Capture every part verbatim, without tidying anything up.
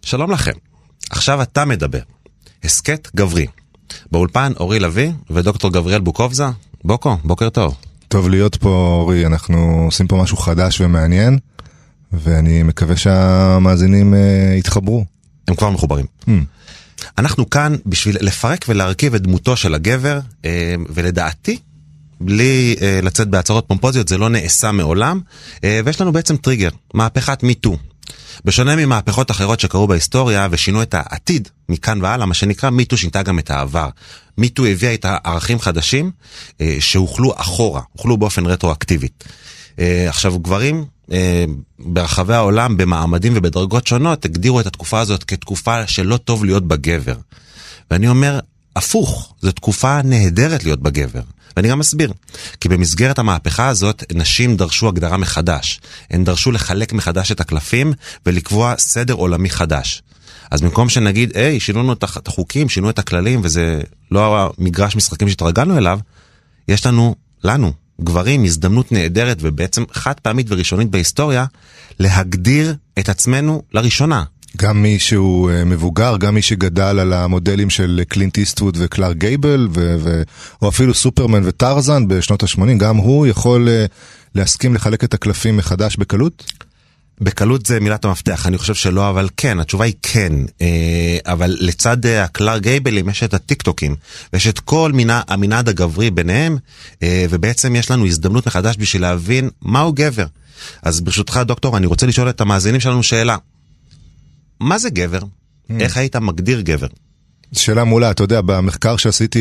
שלום לכם. עכשיו אתה מדבר. הסקט גברי. באולפן אורי לוי ודוקטור גבריאל בוקובזה. בוקו, בוקר טוב. טוב להיות פה אורי, אנחנו עושים פה משהו חדש ומעניין, ואני מקווה שהמאזינים uh, יתחברו. הם כבר מחוברים. Hmm. אנחנו כאן בשביל לפרק ולהרכיב את דמותו של הגבר, uh, ולדעתי, בלי uh, לצאת בהצהרות פומפוזיות, זה לא נעשה מעולם, uh, ויש לנו בעצם טריגר, מהפכת מיטו. בשונה ממהפכות אחרות שקרו בהיסטוריה ושינו את העתיד מכאן והלאה, מה שנקרא מיטו שינתה גם את העבר. מיטו הביאה את הערכים חדשים אה, שהוכלו אחורה, הוכלו באופן רטרואקטיבית. אה, עכשיו גברים אה, ברחבי העולם במעמדים ובדרגות שונות הגדירו את התקופה הזאת כתקופה שלא טוב להיות בגבר. ואני אומר, הפוך, זו תקופה נהדרת להיות בגבר. ואני גם מסביר, כי במסגרת המהפכה הזאת, נשים דרשו הגדרה מחדש. הן דרשו לחלק מחדש את הקלפים, ולקבוע סדר עולמי חדש. אז במקום שנגיד, היי, שינו את החוקים, שינו את הכללים, וזה לא המגרש משחקים שהתרגלנו אליו, יש לנו, לנו, גברים, הזדמנות נהדרת, ובעצם חד פעמית וראשונית בהיסטוריה, להגדיר את עצמנו לראשונה. גם מי שהוא מבוגר, גם מי שגדל על המודלים של קלינט איסטווד וקלארק גייבל, ו- ו- או אפילו סופרמן וטרזן בשנות ה-שמונים, גם הוא יכול להסכים לחלק את הקלפים מחדש בקלות? בקלות זה מילת המפתח, אני חושב שלא, אבל כן, התשובה היא כן, אבל לצד הקלארק גייבלים יש את הטיקטוקים, ויש את כל מינה, המנעד הגברי ביניהם, ובעצם יש לנו הזדמנות מחדש בשביל להבין מהו גבר. אז ברשותך דוקטור, אני רוצה לשאול את המאזינים שלנו שאלה, מה זה גבר? איך היית מגדיר גבר? שאלה מעולה, אתה יודע, במחקר שעשיתי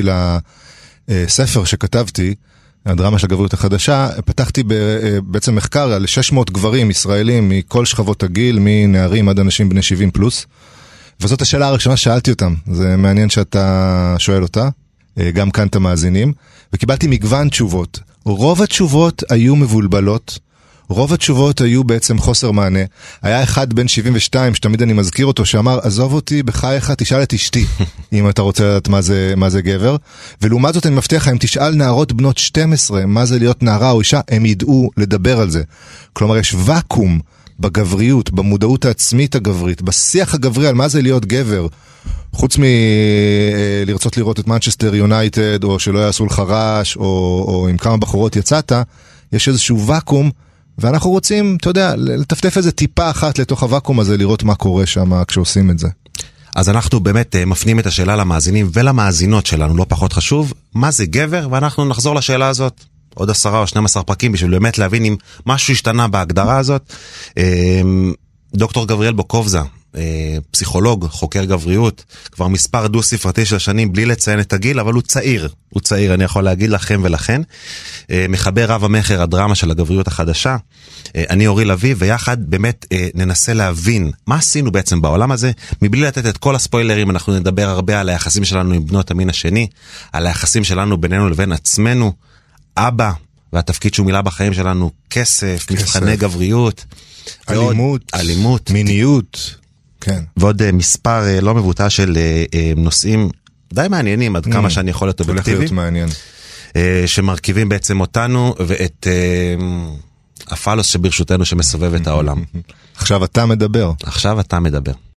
לספר שכתבתי, הדרמה של הגבריות החדשה, פתחתי בעצם מחקר על שש מאות גברים ישראלים מכל שכבות הגיל, מנערים עד אנשים בני שבעים פלוס, וזאת השאלה הראשונה שאלתי אותם, זה מעניין שאתה שואל אותה, גם כאן את המאזינים, וקיבלתי מגוון תשובות. רוב התשובות היו מבולבלות, רוב התשובות היו בעצם חוסר מענה. היה אחד בן שבעים ושתיים, שתמיד אני מזכיר אותו, שאמר, עזוב אותי בחייך, תשאל את אשתי, אם אתה רוצה לדעת מה זה, מה זה גבר. ולעומת זאת אני מבטיח, אם תשאל נערות בנות שתים עשרה, מה זה להיות נערה או אישה, הם ידעו לדבר על זה. כלומר, יש וקום בגבריות, במודעות העצמית הגברית, בשיח הגברי על מה זה להיות גבר, חוץ מלרצות לראות את מנצ'סטר יונייטד, או שלא יעשו לך רעש, או, או עם כמה בחורות יצאת, יש איזשהו וקום, ואנחנו רוצים, אתה יודע, לטפטף איזה טיפה אחת לתוך הוואקום הזה, לראות מה קורה שם כשעושים את זה. אז אנחנו באמת מפנים את השאלה למאזינים ולמאזינות שלנו, לא פחות חשוב, מה זה גבר, ואנחנו נחזור לשאלה הזאת, עוד עשרה או שנים עשר פרקים, בשביל באמת להבין אם משהו השתנה בהגדרה הזאת. דוקטור גבריאל בוקובזה, פסיכולוג, חוקר גבריות, כבר מספר דו ספרתי של שנים, בלי לציין את הגיל, אבל הוא צעיר, הוא צעיר, אני יכול להגיד לכם ולכן, מחבר רב המחר הדרמה של הגבריות החדשה, אני אורי לוי, ויחד באמת ננסה להבין מה עשינו בעצם בעולם הזה, מבלי לתת את כל הספוילרים, אנחנו נדבר הרבה על היחסים שלנו עם בנות המין השני, על היחסים שלנו בינינו לבין עצמנו, אבא, והתפקיד שהוא מילה בחיים שלנו, כסף, כסף. מבחני גבריות, אלימות, אלימות, מיניות, כן. ועוד מספר לא מבוטל של נושאים די מעניינים, עד כמה שאני יכול להיות אובייקטיבי. הולך להיות מעניין. שמרכיבים בעצם אותנו ואת הפלוס שברשותנו שמסובב את העולם. עכשיו אתה מדבר. עכשיו אתה מדבר.